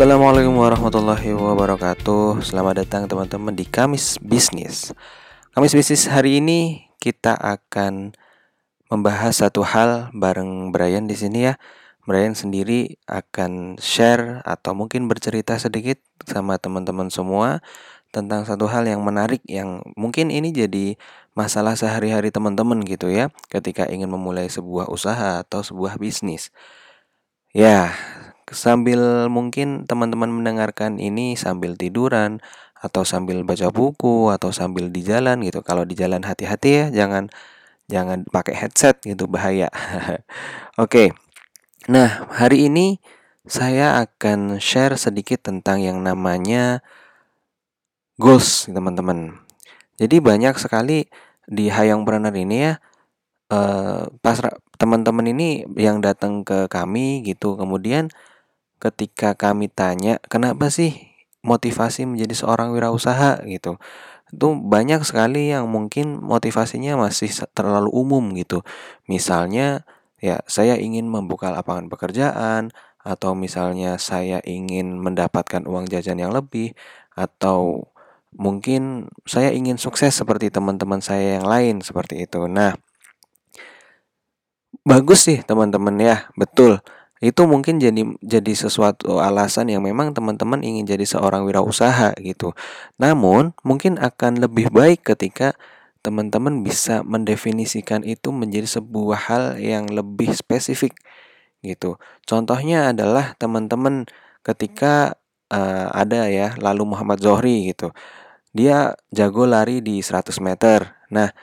Assalamualaikum warahmatullahi wabarakatuh. Selamat datang teman-teman di Kamis Bisnis. Kamis Bisnis hari ini kita akan membahas satu hal bareng Brian di sini ya. Brian sendiri akan share atau mungkin bercerita sedikit sama teman-teman semua tentang satu hal yang menarik yang mungkin ini jadi masalah sehari-hari teman-teman gitu ya, ketika ingin memulai sebuah usaha atau sebuah bisnis. Ya, sambil mungkin teman-teman mendengarkan ini sambil tiduran atau sambil baca buku atau sambil di jalan gitu. Kalau di jalan hati-hati ya, jangan jangan pakai headset gitu, bahaya. Oke. Nah, hari ini saya akan share sedikit tentang yang namanya goals, teman-teman. Jadi banyak sekali di Hayangpreneur ini ya, teman-teman ini yang datang ke kami gitu, kemudian ketika kami tanya, kenapa sih motivasi menjadi seorang wirausaha gitu? Itu banyak sekali yang mungkin motivasinya masih terlalu umum gitu. Misalnya, ya saya ingin membuka lapangan pekerjaan, atau misalnya saya ingin mendapatkan uang jajan yang lebih, atau mungkin saya ingin sukses seperti teman-teman saya yang lain seperti itu. Nah, bagus sih teman-teman ya, betul. Itu mungkin jadi sesuatu alasan yang memang teman-teman ingin jadi seorang wirausaha gitu. Namun, mungkin akan lebih baik ketika teman-teman bisa mendefinisikan itu menjadi sebuah hal yang lebih spesifik gitu. Contohnya adalah teman-teman ketika ada ya lalu Muhammad Zohri gitu. Dia jago lari di 100 meter. Nah,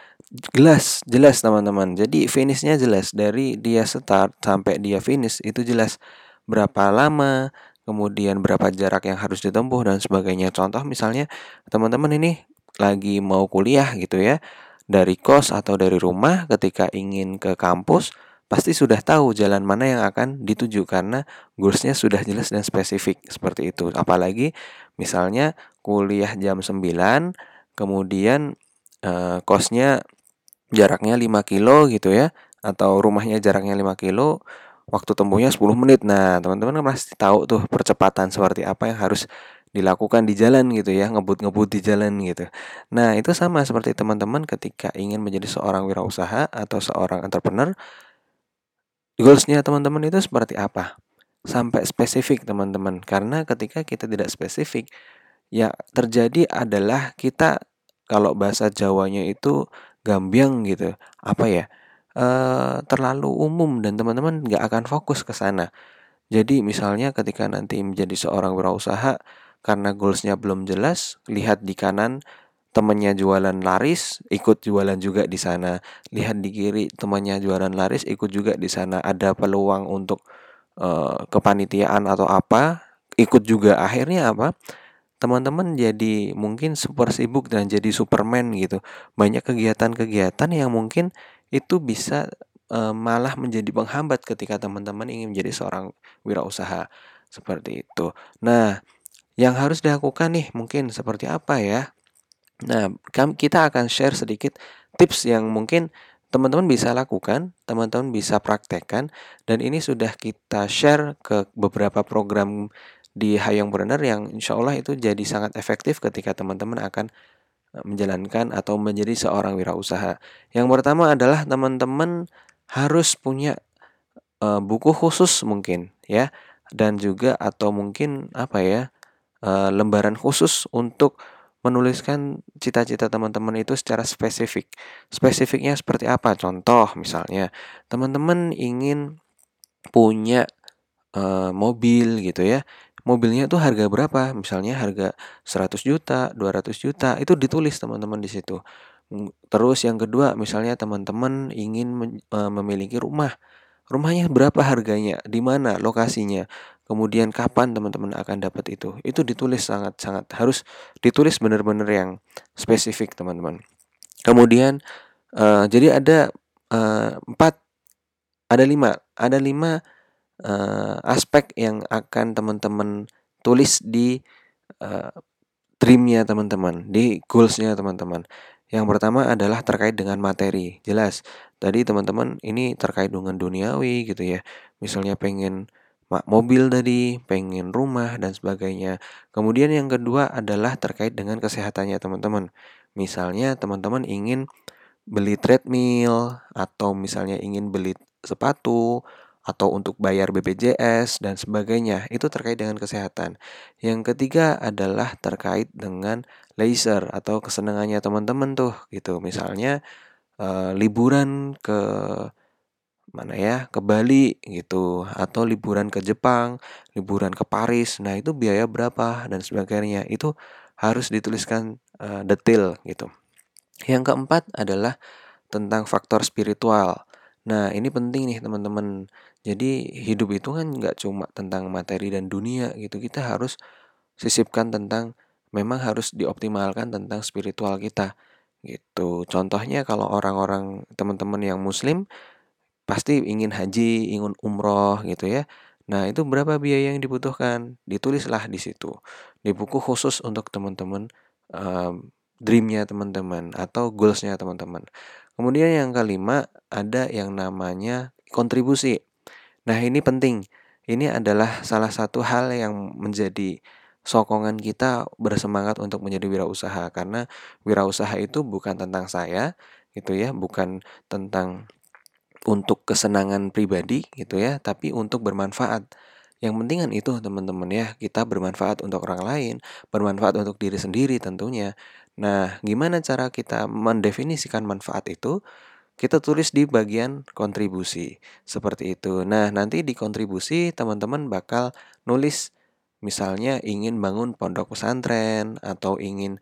jelas teman-teman. Jadi finishnya jelas dari dia start sampai dia finish itu jelas berapa lama, kemudian berapa jarak yang harus ditempuh dan sebagainya. Contoh misalnya teman-teman ini lagi mau kuliah gitu ya. Dari kos atau dari rumah ketika ingin ke kampus pasti sudah tahu jalan mana yang akan dituju karena goalsnya sudah jelas dan spesifik seperti itu. Apalagi misalnya kuliah jam 9, kemudian kosnya jaraknya 5 kilo gitu ya, atau rumahnya jaraknya 5 kilo, waktu tempuhnya 10 menit. Nah, teman-teman kan pasti tahu tuh percepatan seperti apa yang harus dilakukan di jalan gitu ya, ngebut-ngebut di jalan gitu. Nah, itu sama seperti teman-teman ketika ingin menjadi seorang wirausaha atau seorang entrepreneur, goals-nya teman-teman itu seperti apa? Sampai spesifik teman-teman, karena ketika kita tidak spesifik, ya terjadi adalah kita kalau bahasa Jawanya itu gambyang gitu, apa ya, terlalu umum dan teman-teman nggak akan fokus ke sana. Jadi misalnya ketika nanti menjadi seorang wirausaha, karena goals-nya belum jelas, lihat di kanan temannya jualan laris, ikut jualan juga di sana. Lihat di kiri temannya jualan laris, ikut juga di sana. Ada peluang untuk kepanitiaan atau apa, ikut juga. Akhirnya apa? Teman-teman jadi mungkin super sibuk dan jadi Superman gitu. Banyak kegiatan-kegiatan yang mungkin itu bisa malah menjadi penghambat ketika teman-teman ingin menjadi seorang wirausaha seperti itu. Nah, yang harus dilakukan nih mungkin seperti apa ya? Nah, kita akan share sedikit tips yang mungkin teman-teman bisa lakukan, teman-teman bisa praktekkan, dan ini sudah kita share ke beberapa program di Hayangpreneur yang insya Allah itu jadi sangat efektif ketika teman-teman akan menjalankan atau menjadi seorang wirausaha. Yang pertama adalah teman-teman harus punya buku khusus mungkin ya, dan juga atau mungkin apa ya, lembaran khusus untuk menuliskan cita-cita teman-teman itu secara spesifik. Spesifiknya seperti apa? Contoh misalnya, teman-teman ingin punya mobil gitu ya. Mobilnya tuh harga berapa? Misalnya harga 100 juta, 200 juta, itu ditulis teman-teman di situ. Terus yang kedua, misalnya teman-teman ingin memiliki rumah. Rumahnya berapa harganya? Di mana lokasinya? Kemudian kapan teman-teman akan dapat itu? Itu ditulis sangat-sangat harus ditulis benar-benar yang spesifik, teman-teman. Kemudian jadi ada 4, ada lima aspek yang akan teman-teman tulis di uh, dream-nya teman-teman, di goals-nya teman-teman. Yang pertama adalah terkait dengan materi. Jelas, tadi teman-teman ini terkait dengan duniawi gitu ya. Misalnya pengen mobil tadi, pengen rumah dan sebagainya. Kemudian yang kedua adalah terkait dengan kesehatannya teman-teman. Misalnya teman-teman ingin beli treadmill atau misalnya ingin beli sepatu atau untuk bayar BPJS dan sebagainya. Itu terkait dengan kesehatan. Yang ketiga adalah terkait dengan leisure atau kesenangannya teman-teman tuh gitu. Misalnya liburan ke mana ya, ke Bali gitu atau liburan ke Jepang, liburan ke Paris. Nah, itu biaya berapa dan sebagainya. Itu harus dituliskan detail gitu. Yang keempat adalah tentang faktor spiritual. Nah, ini penting nih teman-teman. Jadi hidup itu kan nggak cuma tentang materi dan dunia gitu. Kita harus sisipkan tentang memang harus dioptimalkan tentang spiritual kita gitu. Contohnya kalau orang-orang teman-teman yang muslim pasti ingin haji, ingin umroh gitu ya. Nah, itu berapa biaya yang dibutuhkan? Ditulislah di situ. Di buku khusus untuk teman-teman dream-nya teman-teman atau goals-nya teman-teman. Kemudian yang kelima ada yang namanya kontribusi. Nah, ini penting. Ini adalah salah satu hal yang menjadi sokongan kita bersemangat untuk menjadi wirausaha karena wirausaha itu bukan tentang saya gitu ya, bukan tentang untuk kesenangan pribadi gitu ya, tapi untuk bermanfaat. Yang penting kan itu teman-teman ya, kita bermanfaat untuk orang lain, bermanfaat untuk diri sendiri tentunya. Nah, gimana cara kita mendefinisikan manfaat itu? Kita tulis di bagian kontribusi, seperti itu. Nah, nanti di kontribusi teman-teman bakal nulis misalnya ingin bangun pondok pesantren atau ingin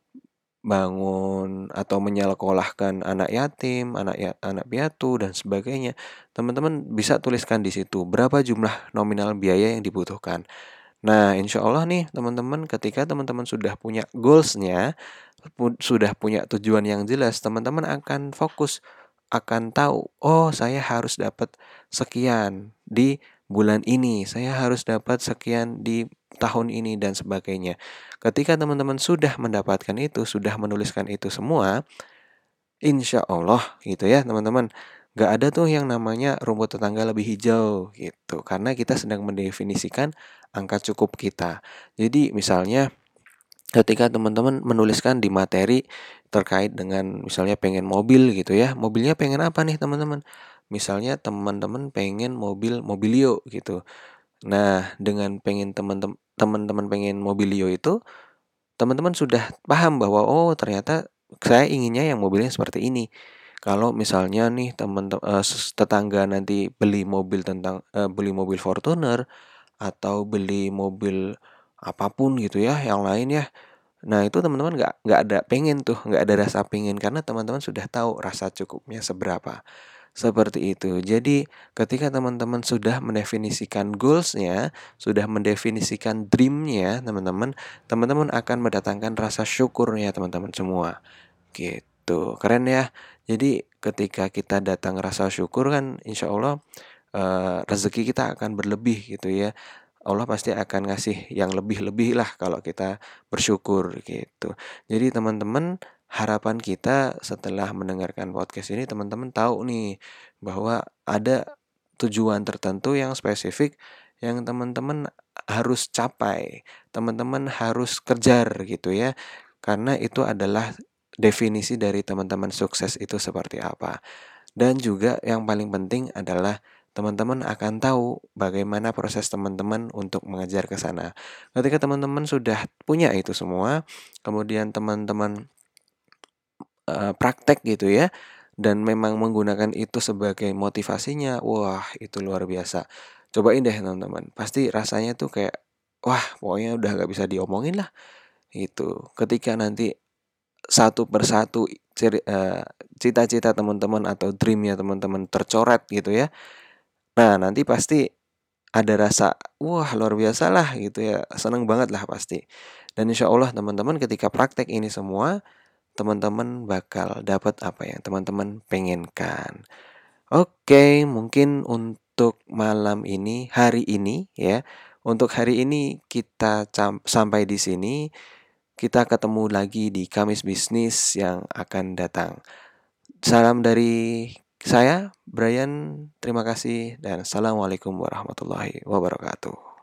bangun atau menyekolahkan anak yatim, anak piatu dan sebagainya. Teman-teman bisa tuliskan di situ berapa jumlah nominal biaya yang dibutuhkan. Nah, insya Allah nih teman-teman ketika teman-teman sudah punya goals-nya, sudah punya tujuan yang jelas, teman-teman akan fokus, akan tahu, oh saya harus dapat sekian di bulan ini, saya harus dapat sekian di tahun ini dan sebagainya. Ketika teman-teman sudah mendapatkan itu, sudah menuliskan itu semua, insya Allah gitu ya teman-teman, gak ada tuh yang namanya rumput tetangga lebih hijau gitu, karena kita sedang mendefinisikan angka cukup kita. Jadi misalnya ketika teman-teman menuliskan di materi terkait dengan misalnya pengen mobil gitu ya, mobilnya pengen apa nih teman-teman? Misalnya teman-teman pengen mobil Mobilio gitu. Nah, dengan pengen teman-teman pengen Mobilio itu, teman-teman sudah paham bahwa oh ternyata saya inginnya yang mobilnya seperti ini. Kalau misalnya nih tetangga nanti beli mobil Fortuner atau beli mobil apapun gitu ya, yang lain ya. Nah, itu teman-teman nggak ada pengen tuh, nggak ada rasa pengen karena teman-teman sudah tahu rasa cukupnya seberapa. Seperti itu. Jadi, ketika teman-teman sudah mendefinisikan goals-nya, sudah mendefinisikan dream-nya, teman-teman akan mendatangkan rasa syukurnya teman-teman semua. Gitu. Keren ya. Jadi, ketika kita datang rasa syukur kan insya Allah rezeki kita akan berlebih gitu ya. Allah pasti akan ngasih yang lebih-lebih lah kalau kita bersyukur gitu. Jadi teman-teman, harapan kita setelah mendengarkan podcast ini teman-teman tahu nih bahwa ada tujuan tertentu yang spesifik yang teman-teman harus capai, teman-teman harus kejar gitu ya. Karena itu adalah definisi dari teman-teman sukses itu seperti apa. Dan juga yang paling penting adalah teman-teman akan tahu bagaimana proses teman-teman untuk mengejar ke sana. Ketika teman-teman sudah punya itu semua, kemudian teman-teman praktek gitu ya, dan memang menggunakan itu sebagai motivasinya, wah itu luar biasa. Cobain deh teman-teman, pasti rasanya tuh kayak, wah pokoknya udah gak bisa diomongin lah gitu. Ketika nanti satu persatu cita-cita teman-teman atau dreamnya teman-teman tercoret gitu ya. Nah, nanti pasti ada rasa, wah luar biasa lah gitu ya, seneng banget lah pasti. Dan insya Allah teman-teman ketika praktek ini semua, teman-teman bakal dapat apa yang teman-teman pengenkan. Oke, mungkin untuk malam ini, hari ini ya, untuk hari ini kita sampai di sini. Kita ketemu lagi di Kamis Bisnis yang akan datang. Salam dari Saya Brian, terima kasih dan assalamualaikum warahmatullahi wabarakatuh.